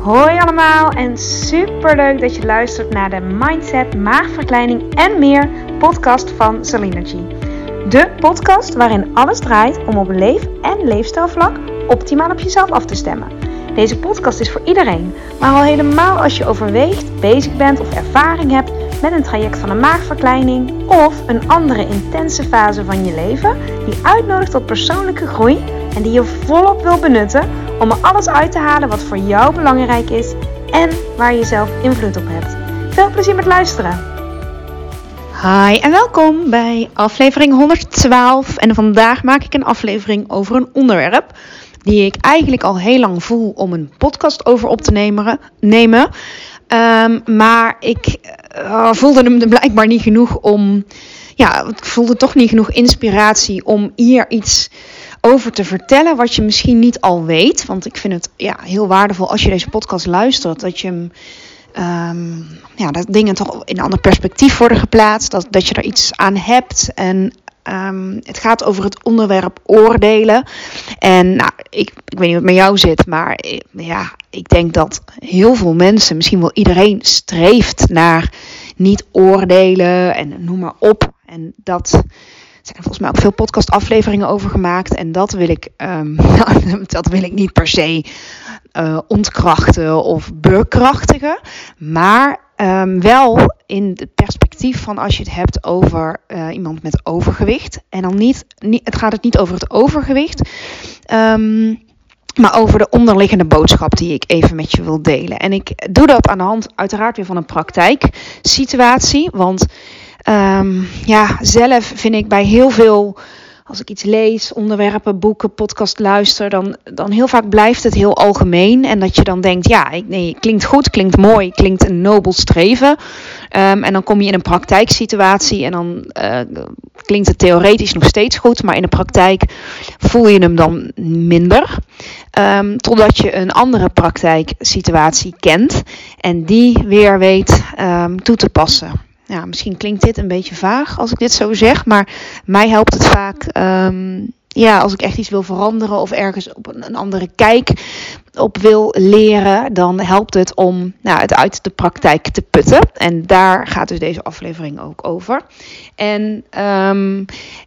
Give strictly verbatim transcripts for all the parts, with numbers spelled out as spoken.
Hoi allemaal en super leuk dat je luistert naar de Mindset, Maagverkleining en meer podcast van Salinergy. De podcast waarin alles draait om op leef- en leefstijlvlak optimaal op jezelf af te stemmen. Deze podcast is voor iedereen, maar al helemaal als je overweegt, bezig bent of ervaring hebt met een traject van een maagverkleining of een andere intense fase van je leven die uitnodigt tot persoonlijke groei en die je volop wil benutten om er alles uit te halen wat voor jou belangrijk is en waar je zelf invloed op hebt. Veel plezier met luisteren! Hi en welkom bij aflevering honderdtwaalf en vandaag maak ik een aflevering over een onderwerp die ik eigenlijk al heel lang voel om een podcast over op te nemen. nemen. Um, maar ik uh, voelde hem er blijkbaar niet genoeg om, ja, ik voelde toch niet genoeg inspiratie om hier iets over te vertellen wat je misschien niet al weet. Want ik vind het ja, heel waardevol als je deze podcast luistert, dat je hem, um, ja, dat dingen toch in een ander perspectief worden geplaatst, dat, dat je er iets aan hebt. En Um, het gaat over het onderwerp oordelen. En nou, ik, ik weet niet wat het met jou zit, maar ja, ik denk dat heel veel mensen, misschien wel iedereen, streeft naar niet oordelen en noem maar op. En dat er zijn er volgens mij ook veel podcastafleveringen over gemaakt. En dat wil ik, um, dat wil ik niet per se uh, ontkrachten of bekrachtigen. Maar um, wel in het perspectief van als je het hebt over uh, iemand met overgewicht. En dan niet, niet, het gaat het niet over het overgewicht. Um, Maar over de onderliggende boodschap die ik even met je wil delen. En ik doe dat aan de hand uiteraard weer van een praktijksituatie. Want um, ja, zelf vind ik bij heel veel, als ik iets lees, onderwerpen, boeken, podcast luister, dan, dan heel vaak blijft het heel algemeen. En dat je dan denkt, ja, ik, nee, klinkt goed, klinkt mooi, klinkt een nobel streven. Um, en dan kom je in een praktijksituatie en dan uh, klinkt het theoretisch nog steeds goed, maar in de praktijk voel je hem dan minder. Um, totdat je een andere praktijksituatie kent en die weer weet um, toe te passen. Ja, misschien klinkt dit een beetje vaag als ik dit zo zeg, maar mij helpt het vaak, um, ja, als ik echt iets wil veranderen of ergens op een, een andere kijk op wil leren, dan helpt het om nou, het uit de praktijk te putten. En daar gaat dus deze aflevering ook over. En um,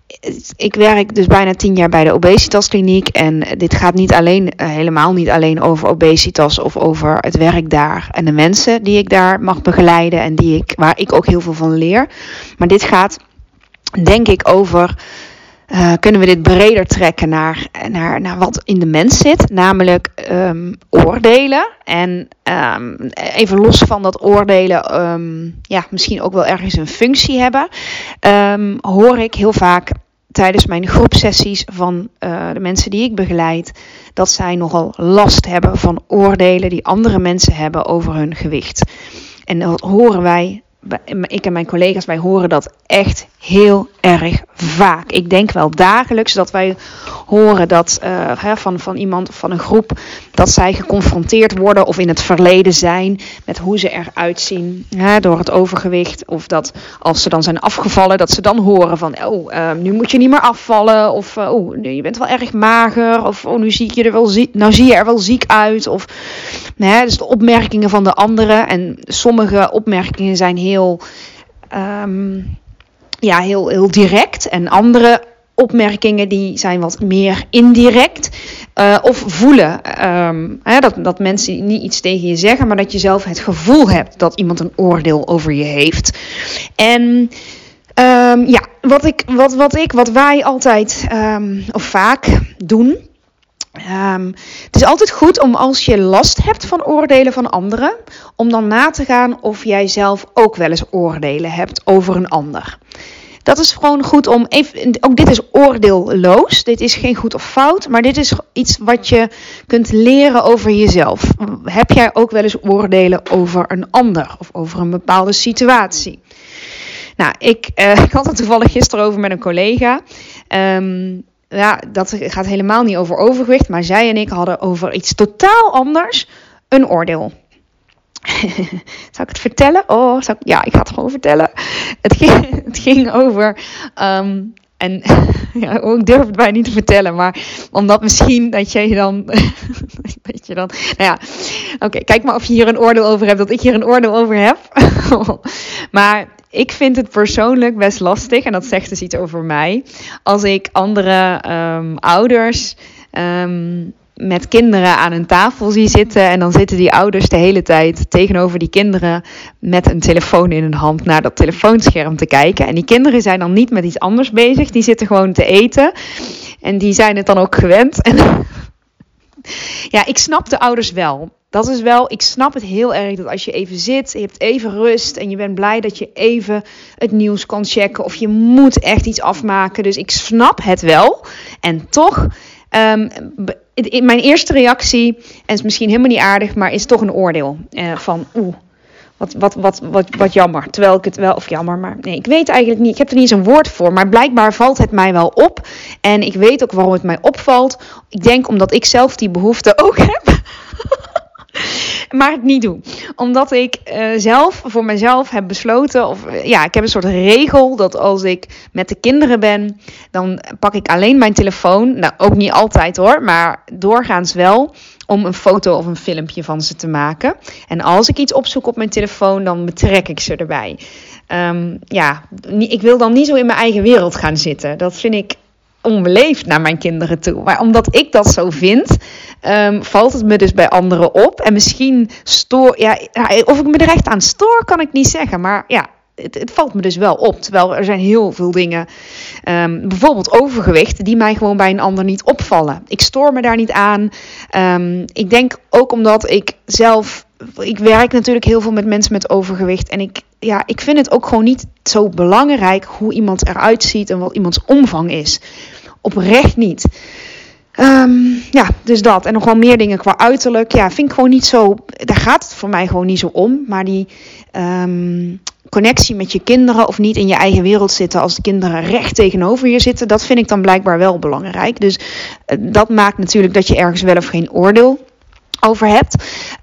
ik werk dus bijna tien jaar bij de obesitaskliniek. En dit gaat niet alleen, uh, helemaal niet alleen over obesitas of over het werk daar en de mensen die ik daar mag begeleiden en die ik, waar ik ook heel veel van leer. Maar dit gaat, denk ik, over Uh, kunnen we dit breder trekken naar, naar, naar wat in de mens zit, namelijk um, oordelen. En um, even los van dat oordelen um, ja, misschien ook wel ergens een functie hebben, um, hoor ik heel vaak tijdens mijn groepsessies van uh, de mensen die ik begeleid, dat zij nogal last hebben van oordelen die andere mensen hebben over hun gewicht. En dat horen wij, ik en mijn collega's, wij horen dat echt heel erg vaak. Ik denk wel dagelijks dat wij horen dat uh, van, van iemand of van een groep, dat zij geconfronteerd worden of in het verleden zijn met hoe ze eruit zien hè, door het overgewicht. Of dat als ze dan zijn afgevallen, dat ze dan horen van oh, uh, nu moet je niet meer afvallen. Of uh, oh, je bent wel erg mager. Of oh, nu zie je er wel ziek, nou zie je er wel ziek uit. Of hè, dus de opmerkingen van de anderen. En sommige opmerkingen zijn heel Um, ja, heel, heel direct. En andere opmerkingen die zijn wat meer indirect. Uh, of voelen. Um, hè, dat, dat mensen niet iets tegen je zeggen, maar dat je zelf het gevoel hebt dat iemand een oordeel over je heeft. En um, ja, wat ik, wat, wat ik, wat wij altijd um, of vaak doen. Um, het is altijd goed om als je last hebt van oordelen van anderen, om dan na te gaan of jij zelf ook wel eens oordelen hebt over een ander. Dat is gewoon goed om even, ook dit is oordeelloos, dit is geen goed of fout, maar dit is iets wat je kunt leren over jezelf. Heb jij ook wel eens oordelen over een ander of over een bepaalde situatie? Nou, ik, uh, ik had het toevallig gisteren over met een collega. Um, Ja, dat gaat helemaal niet over overgewicht. Maar zij en ik hadden over iets totaal anders een oordeel. Zal ik het vertellen? Oh, zou ik... ja, ik ga het gewoon vertellen. Het ging, het ging over um, En ja, ik durf het bijna niet te vertellen, maar omdat misschien dat jij dan, weet je dan, nou ja, okay, kijk maar of je hier een oordeel over hebt, dat ik hier een oordeel over heb. Maar ik vind het persoonlijk best lastig, en dat zegt dus iets over mij, als ik andere um, ouders um, met kinderen aan een tafel zie zitten en dan zitten die ouders de hele tijd tegenover die kinderen met een telefoon in hun hand naar dat telefoonscherm te kijken. En die kinderen zijn dan niet met iets anders bezig, die zitten gewoon te eten en die zijn het dan ook gewend. En ja, ik snap de ouders wel. Dat is wel, ik snap het heel erg dat als je even zit, je hebt even rust en je bent blij dat je even het nieuws kan checken of je moet echt iets afmaken. Dus ik snap het wel. En toch, um, mijn eerste reactie, en is misschien helemaal niet aardig, maar is toch een oordeel uh, van oeh. Wat, wat, wat, wat, wat jammer. Terwijl ik het wel, of jammer, maar nee, ik weet eigenlijk niet. Ik heb er niet eens een woord voor. Maar blijkbaar valt het mij wel op. En ik weet ook waarom het mij opvalt. Ik denk omdat ik zelf die behoefte ook heb. Maar het niet doe. Omdat ik uh, zelf voor mezelf heb besloten. Of uh, ja, ik heb een soort regel. Dat als ik met de kinderen ben. Dan pak ik alleen mijn telefoon. Nou, ook niet altijd hoor. Maar doorgaans wel. Om een foto of een filmpje van ze te maken. En als ik iets opzoek op mijn telefoon, dan betrek ik ze erbij. Um, ja, ik wil dan niet zo in mijn eigen wereld gaan zitten. Dat vind ik onbeleefd naar mijn kinderen toe. Maar omdat ik dat zo vind, um, valt het me dus bij anderen op. En misschien stoor... Ja, of ik me er echt aan stoor, kan ik niet zeggen. Maar ja, het, het valt me dus wel op. Terwijl er zijn heel veel dingen, um, bijvoorbeeld overgewicht, die mij gewoon bij een ander niet opvallen. Ik stoor me daar niet aan. Um, ik denk ook omdat ik zelf... Ik werk natuurlijk heel veel met mensen met overgewicht. En ik, ja, ik vind het ook gewoon niet zo belangrijk hoe iemand eruit ziet en wat iemands omvang is. Oprecht niet. Um, ja, dus dat. En nog wel meer dingen qua uiterlijk. Ja, vind ik gewoon niet zo... Daar gaat het voor mij gewoon niet zo om. Maar die um, connectie met je kinderen of niet in je eigen wereld zitten als de kinderen recht tegenover je zitten, dat vind ik dan blijkbaar wel belangrijk. Dus uh, dat maakt natuurlijk dat je ergens wel of geen oordeel over hebt.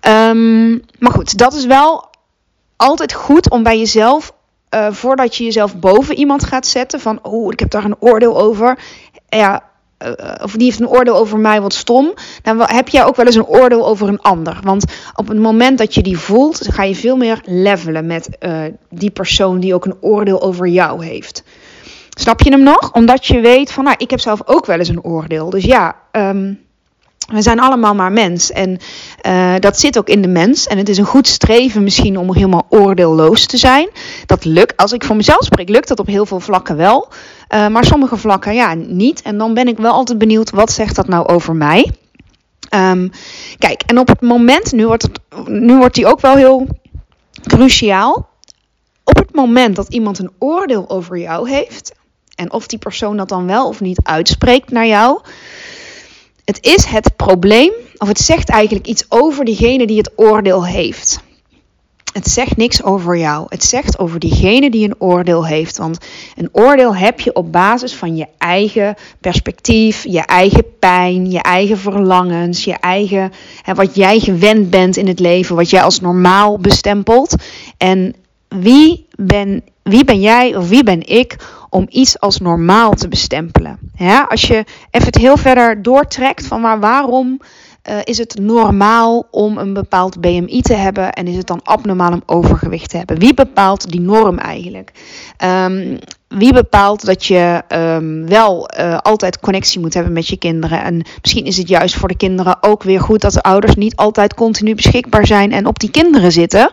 Um, maar goed, dat is wel altijd goed om bij jezelf, uh, voordat je jezelf boven iemand gaat zetten, van oh, ik heb daar een oordeel over. Ja, uh, of die heeft een oordeel over mij, wat stom. Dan heb jij ook wel eens een oordeel over een ander. Want op het moment dat je die voelt, ga je veel meer levelen met uh, die persoon die ook een oordeel over jou heeft. Snap je hem nog? Omdat je weet van, nou, ik heb zelf ook wel eens een oordeel. Dus ja, um, we zijn allemaal maar mens. En uh, dat zit ook in de mens. En het is een goed streven misschien om helemaal oordeelloos te zijn. Dat lukt. Als ik voor mezelf spreek, lukt dat op heel veel vlakken wel. Uh, maar sommige vlakken ja, niet. En dan ben ik wel altijd benieuwd, wat zegt dat nou over mij? Um, kijk, en op het moment, nu wordt, het, nu wordt die ook wel heel cruciaal. Op het moment dat iemand een oordeel over jou heeft, en of die persoon dat dan wel of niet uitspreekt naar jou, het is het probleem, of het zegt eigenlijk iets over diegene die het oordeel heeft. Het zegt niks over jou. Het zegt over diegene die een oordeel heeft. Want een oordeel heb je op basis van je eigen perspectief, je eigen pijn, je eigen verlangens, je eigen, hè, wat jij gewend bent in het leven, wat jij als normaal bestempelt. En wie ben, wie ben jij of wie ben ik om iets als normaal te bestempelen? Ja, als je even het heel verder doortrekt van maar waarom uh, is het normaal om een bepaald B M I te hebben en is het dan abnormaal om overgewicht te hebben? Wie bepaalt die norm eigenlijk? Um, wie bepaalt dat je um, wel uh, altijd connectie moet hebben met je kinderen? En misschien is het juist voor de kinderen ook weer goed dat de ouders niet altijd continu beschikbaar zijn en op die kinderen zitten.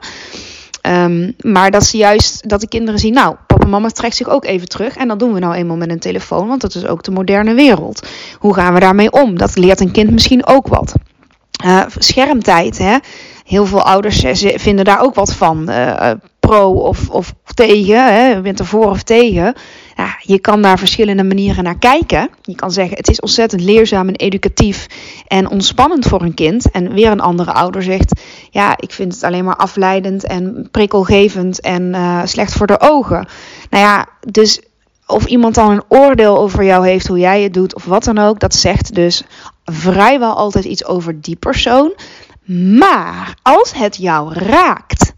Um, maar dat ze juist, dat de kinderen zien, nou, papa en mama trekt zich ook even terug. En dat doen we nou eenmaal met een telefoon, want dat is ook de moderne wereld. Hoe gaan we daarmee om? Dat leert een kind misschien ook wat. Uh, schermtijd, hè. Heel veel ouders vinden daar ook wat van. Uh, pro of, of tegen, hè. Je bent er voor of tegen. Ja, je kan daar verschillende manieren naar kijken. Je kan zeggen, het is ontzettend leerzaam en educatief en ontspannend voor een kind. En weer een andere ouder zegt, ja, ik vind het alleen maar afleidend en prikkelgevend en uh, slecht voor de ogen. Nou ja, dus of iemand dan een oordeel over jou heeft, hoe jij het doet of wat dan ook, dat zegt dus vrijwel altijd iets over die persoon. Maar als het jou raakt,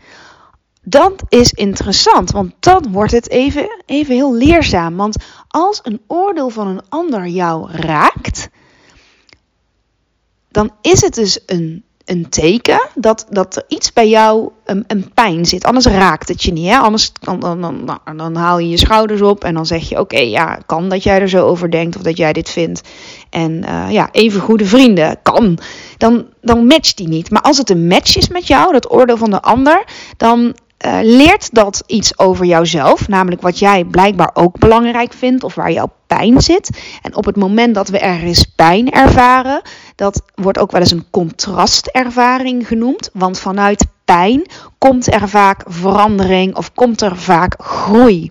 dat is interessant, want dan wordt het even, even heel leerzaam. Want als een oordeel van een ander jou raakt, dan is het dus een een teken dat, dat er iets bij jou een, een pijn zit. Anders raakt het je niet. Hè? Anders dan, dan, dan, dan haal je je schouders op en dan zeg je, oké, okay, ja, kan dat jij er zo over denkt of dat jij dit vindt. En uh, ja, even goede vrienden, kan. Dan, dan matcht die niet. Maar als het een match is met jou, dat oordeel van de ander, dan uh, leert dat iets over jouzelf. Namelijk wat jij blijkbaar ook belangrijk vindt of waar jouw pijn zit. En op het moment dat we ergens pijn ervaren, dat wordt ook wel eens een contrastervaring genoemd. Want vanuit pijn komt er vaak verandering of komt er vaak groei.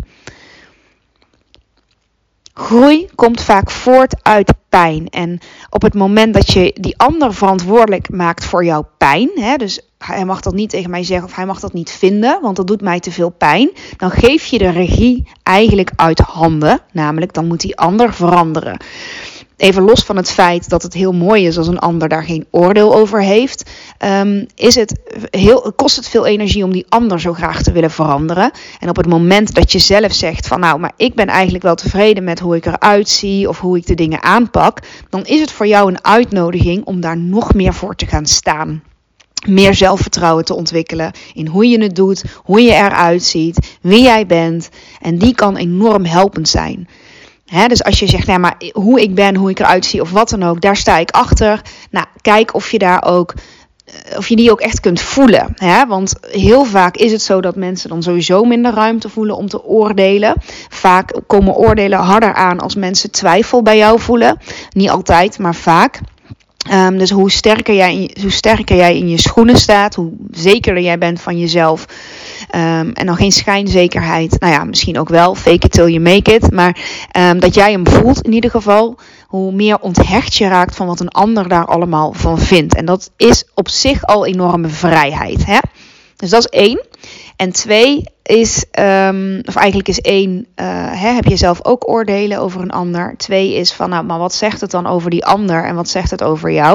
Groei komt vaak voort uit pijn. En op het moment dat je die ander verantwoordelijk maakt voor jouw pijn, hè, dus hij mag dat niet tegen mij zeggen of hij mag dat niet vinden, want dat doet mij te veel pijn, dan geef je de regie eigenlijk uit handen. Namelijk, dan moet die ander veranderen. Even los van het feit dat het heel mooi is als een ander daar geen oordeel over heeft, um, is het heel, kost het veel energie om die ander zo graag te willen veranderen. En op het moment dat je zelf zegt van nou, maar ik ben eigenlijk wel tevreden met hoe ik eruit zie of hoe ik de dingen aanpak, dan is het voor jou een uitnodiging om daar nog meer voor te gaan staan. Meer zelfvertrouwen te ontwikkelen in hoe je het doet, hoe je eruit ziet, wie jij bent. En die kan enorm helpend zijn. He, dus als je zegt, nou, maar hoe ik ben, hoe ik eruit zie of wat dan ook, daar sta ik achter. Nou, kijk of je daar ook, of je die ook echt kunt voelen. He, want heel vaak is het zo dat mensen dan sowieso minder ruimte voelen om te oordelen. Vaak komen oordelen harder aan als mensen twijfel bij jou voelen. Niet altijd, maar vaak. Um, dus hoe sterker, jij in je, hoe sterker jij in je schoenen staat, hoe zekerder jij bent van jezelf. Um, en dan geen schijnzekerheid. Nou ja, misschien ook wel. Fake it till you make it. Maar um, dat jij hem voelt in ieder geval. Hoe meer onthecht je raakt van wat een ander daar allemaal van vindt. En dat is op zich al enorme vrijheid. Hè? Dus dat is één. En twee is, um, of eigenlijk is één, uh, hè, heb je zelf ook oordelen over een ander. Twee is van, nou, maar wat zegt het dan over die ander en wat zegt het over jou?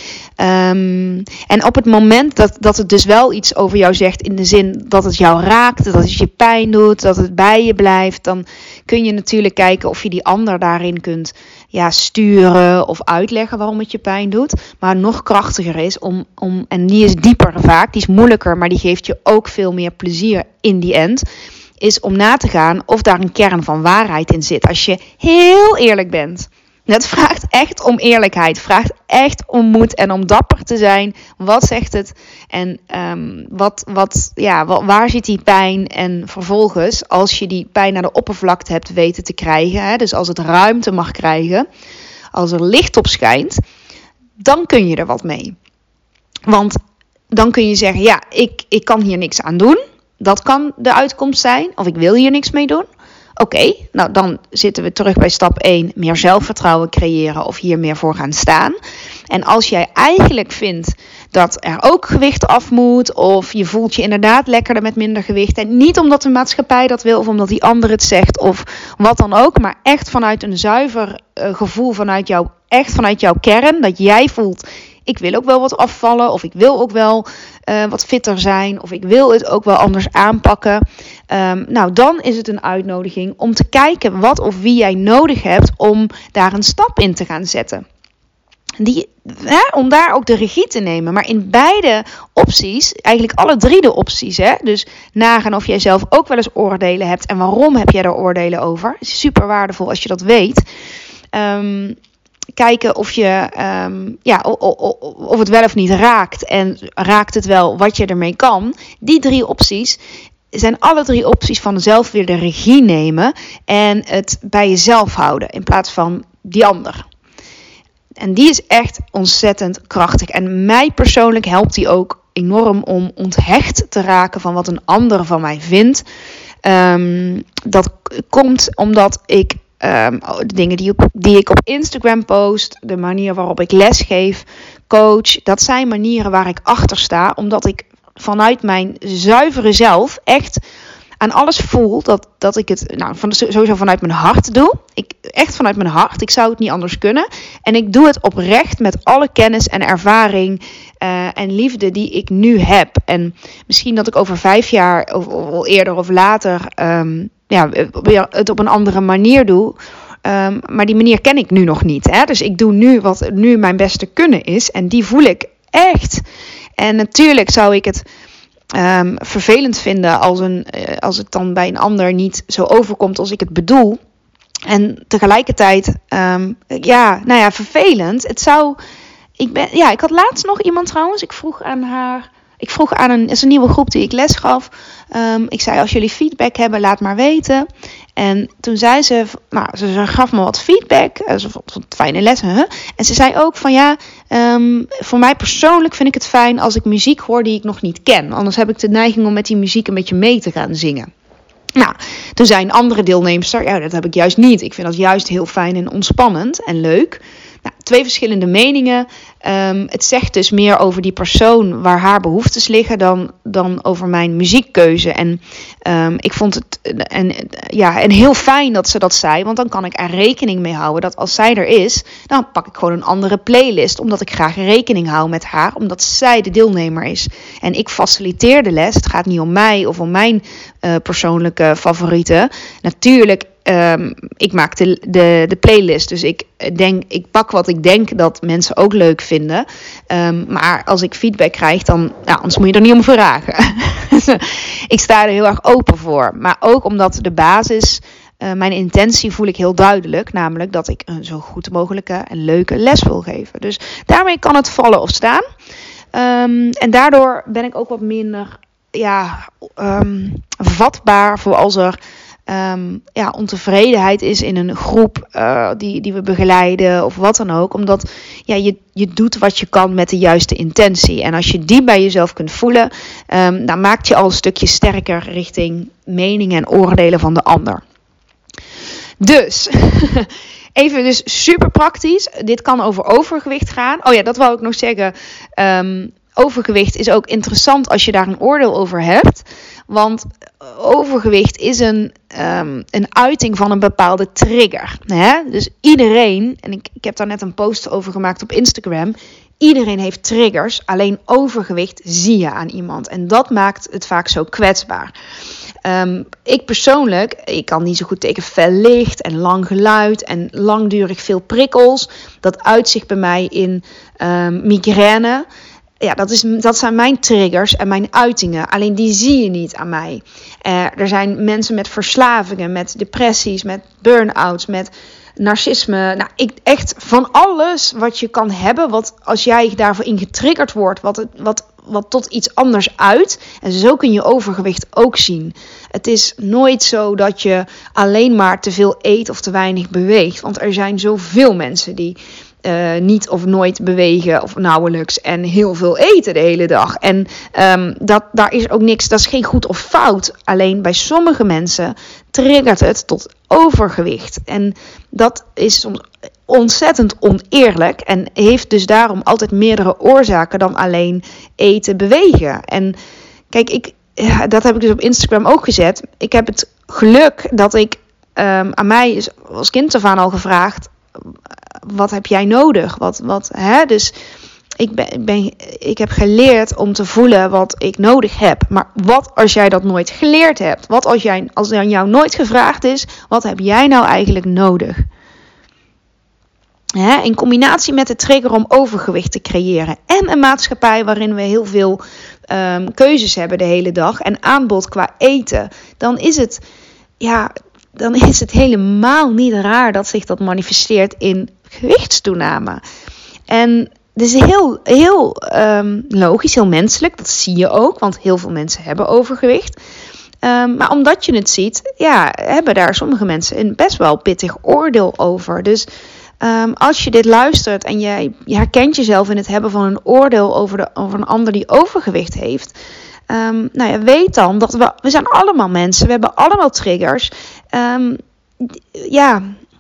Um, en op het moment dat, dat het dus wel iets over jou zegt in de zin dat het jou raakt, dat het je pijn doet, dat het bij je blijft, dan kun je natuurlijk kijken of je die ander daarin kunt ja, sturen of uitleggen waarom het je pijn doet. Maar nog krachtiger is, om, om, en die is dieper vaak, die is moeilijker, maar die geeft je ook veel meer plezier in die end, is om na te gaan of daar een kern van waarheid in zit. Als je heel eerlijk bent. Het vraagt echt om eerlijkheid, vraagt echt om moed en om dapper te zijn. Wat zegt het en um, wat, wat, ja, waar zit die pijn? En vervolgens, als je die pijn naar de oppervlakte hebt weten te krijgen, hè, dus als het ruimte mag krijgen, als er licht op schijnt, dan kun je er wat mee. Want dan kun je zeggen, ja, ik, ik kan hier niks aan doen. Dat kan de uitkomst zijn, of ik wil hier niks mee doen. Oké, okay, nou dan zitten we terug bij stap één, meer zelfvertrouwen creëren of hier meer voor gaan staan. En als jij eigenlijk vindt dat er ook gewicht af moet, of je voelt je inderdaad lekkerder met minder gewicht, en niet omdat de maatschappij dat wil of omdat die ander het zegt of wat dan ook, maar echt vanuit een zuiver uh, gevoel vanuit jou, echt vanuit jouw kern, dat jij voelt, ik wil ook wel wat afvallen of ik wil ook wel uh, wat fitter zijn of ik wil het ook wel anders aanpakken. Um, nou, dan is het een uitnodiging om te kijken wat of wie jij nodig hebt om daar een stap in te gaan zetten. Die, hè, om daar ook de regie te nemen. Maar in beide opties, eigenlijk alle drie de opties, hè, dus nagaan of jij zelf ook wel eens oordelen hebt en waarom heb jij daar oordelen over. Het is super waardevol als je dat weet. Um, Kijken of, je, um, ja, of het wel of niet raakt. En raakt het wel wat je ermee kan. Die drie opties zijn alle drie opties van zelf weer de regie nemen. En het bij jezelf houden in plaats van die ander. En die is echt ontzettend krachtig. En mij persoonlijk helpt die ook enorm om onthecht te raken van wat een ander van mij vindt. Um, dat komt omdat ik Um, de dingen die, op, die ik op Instagram post, de manier waarop ik lesgeef, coach, dat zijn manieren waar ik achter sta, omdat ik vanuit mijn zuivere zelf echt aan alles voel dat, dat ik het nou, van, sowieso vanuit mijn hart doe. Ik, echt vanuit mijn hart. Ik zou het niet anders kunnen. En ik doe het oprecht met alle kennis en ervaring uh, en liefde die ik nu heb. En misschien dat ik over vijf jaar of, of eerder of later um, ja, het op een andere manier doe. Um, maar die manier ken ik nu nog niet. Hè? Dus ik doe nu wat nu mijn beste kunnen is. En die voel ik Echt. En natuurlijk zou ik het um, vervelend vinden als, een, uh, als het dan bij een ander niet zo overkomt als ik het bedoel. En tegelijkertijd, um, ja, nou ja, vervelend. Het zou, ik ben, ja, ik had laatst nog iemand trouwens. Ik vroeg aan haar, ik vroeg aan een, is een nieuwe groep die ik les gaf. Um, ik zei, als jullie feedback hebben, laat maar weten. En toen zei ze, nou, ze, ze gaf me wat feedback. Ze vond het fijne lessen. Hè? En ze zei ook van ja, um, voor mij persoonlijk vind ik het fijn als ik muziek hoor die ik nog niet ken. Anders heb ik de neiging om met die muziek een beetje mee te gaan zingen. Nou, toen zei een andere deelnemster, ja, dat heb ik juist niet. Ik vind dat juist heel fijn en ontspannend en leuk. Nou, twee verschillende meningen. Um, het zegt dus meer over die persoon waar haar behoeftes liggen dan, dan over mijn muziekkeuze. En um, ik vond het en, ja, en heel fijn dat ze dat zei, want dan kan ik er rekening mee houden dat als zij er is, dan pak ik gewoon een andere playlist, omdat ik graag rekening hou met haar, omdat zij de deelnemer is. En ik faciliteer de les. Het gaat niet om mij of om mijn uh, persoonlijke favorieten. Natuurlijk. Um, ik maak de, de, de playlist, dus ik, denk, ik pak wat ik denk dat mensen ook leuk vinden. Um, maar als ik feedback krijg, dan, nou, anders moet je er niet om vragen. Ik sta er heel erg open voor. Maar ook omdat de basis, uh, mijn intentie voel ik heel duidelijk. Namelijk dat ik een zo goed mogelijke en leuke les wil geven. Dus daarmee kan het vallen of staan. Um, en daardoor ben ik ook wat minder ja, um, vatbaar voor als er Um, ja, ontevredenheid is in een groep uh, die, die we begeleiden of wat dan ook. Omdat ja, je, je doet wat je kan met de juiste intentie. En als je die bij jezelf kunt voelen, um, dan maakt je al een stukje sterker richting meningen en oordelen van de ander. Dus, even dus super praktisch. Dit kan over overgewicht gaan. Oh ja, dat wou ik nog zeggen. Um, overgewicht is ook interessant als je daar een oordeel over hebt. Want overgewicht is een, um, een uiting van een bepaalde trigger. Hè? Dus iedereen, en ik, ik heb daar net een post over gemaakt op Instagram. Iedereen heeft triggers, alleen overgewicht zie je aan iemand. En dat maakt het vaak zo kwetsbaar. Um, ik persoonlijk, ik kan niet zo goed tegen fel licht en lang geluid en langdurig veel prikkels. Dat uitzicht bij mij in um, migraine. Ja, dat, is, dat zijn mijn triggers en mijn uitingen. Alleen die zie je niet aan mij. Uh, er zijn mensen met verslavingen, met depressies, met burn-outs, met narcisme. Nou, ik, echt van alles wat je kan hebben, wat als jij daarvoor in getriggerd wordt, wat, het, wat, wat tot iets anders uit. En zo kun je overgewicht ook zien. Het is nooit zo dat je alleen maar te veel eet of te weinig beweegt. Want er zijn zoveel mensen die Uh, niet of nooit bewegen of nauwelijks en heel veel eten de hele dag. En um, dat, daar is ook niks, dat is geen goed of fout. Alleen bij sommige mensen triggert het tot overgewicht. En dat is soms ontzettend oneerlijk en heeft dus daarom altijd meerdere oorzaken dan alleen eten, bewegen. En kijk, ik, ja, dat heb ik dus op Instagram ook gezet. Ik heb het geluk dat ik, um, aan mij is als kind af aan al gevraagd, wat heb jij nodig? Wat, wat, hè? Dus ik, ben, ik, ben, ik heb geleerd om te voelen wat ik nodig heb. Maar wat als jij dat nooit geleerd hebt? Wat als, jij, als er aan jou nooit gevraagd is, wat heb jij nou eigenlijk nodig? Hè? In combinatie met de trigger om overgewicht te creëren. En een maatschappij waarin we heel veel um, keuzes hebben de hele dag. En aanbod qua eten. Dan is het, ja, dan is het helemaal niet raar dat zich dat manifesteert in gewichtstoename. En het is heel, heel um, logisch, heel menselijk. Dat zie je ook, want heel veel mensen hebben overgewicht. Um, maar omdat je het ziet, ja, hebben daar sommige mensen een best wel pittig oordeel over. Dus um, als je dit luistert en je, je herkent jezelf in het hebben van een oordeel over, de, over een ander die overgewicht heeft. Um, nou ja, weet dan dat we, we zijn allemaal mensen. We hebben allemaal triggers. Um, ja...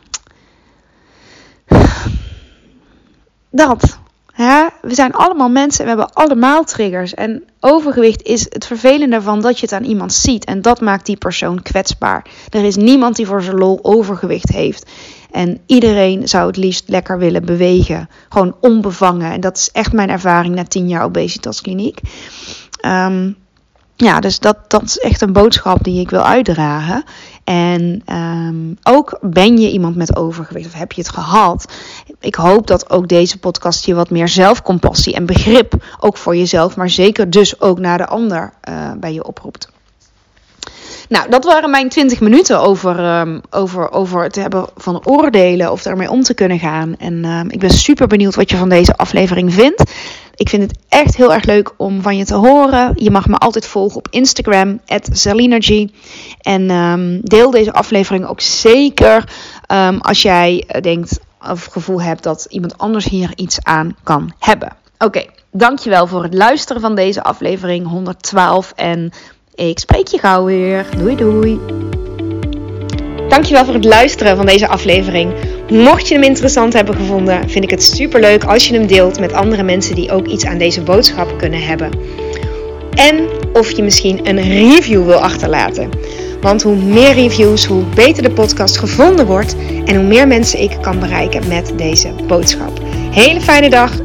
Dat. Ja, we zijn allemaal mensen en we hebben allemaal triggers. En overgewicht is het vervelende van dat je het aan iemand ziet. En dat maakt die persoon kwetsbaar. Er is niemand die voor zijn lol overgewicht heeft. En iedereen zou het liefst lekker willen bewegen. Gewoon onbevangen. En dat is echt mijn ervaring na tien jaar obesitaskliniek. Um, ja, dus dat, dat is echt een boodschap die ik wil uitdragen. En um, ook ben je iemand met overgewicht of heb je het gehad. Ik hoop dat ook deze podcast je wat meer zelfcompassie en begrip ook voor jezelf, maar zeker dus ook naar de ander uh, bij je oproept. Nou, dat waren mijn twintig minuten over, um, over, over het hebben van oordelen of daarmee om te kunnen gaan. En um, ik ben super benieuwd wat je van deze aflevering vindt. Ik vind het echt heel erg leuk om van je te horen. Je mag me altijd volgen op Instagram, at Zalinergy. En um, deel deze aflevering ook zeker um, als jij denkt of het gevoel hebt dat iemand anders hier iets aan kan hebben. Oké, okay, dankjewel voor het luisteren van deze aflevering honderdtwaalf en ik spreek je gauw weer. Doei doei. Dankjewel voor het luisteren van deze aflevering. Mocht je hem interessant hebben gevonden, vind ik het superleuk als je hem deelt met andere mensen die ook iets aan deze boodschap kunnen hebben. En of je misschien een review wil achterlaten. Want hoe meer reviews, hoe beter de podcast gevonden wordt en hoe meer mensen ik kan bereiken met deze boodschap. Hele fijne dag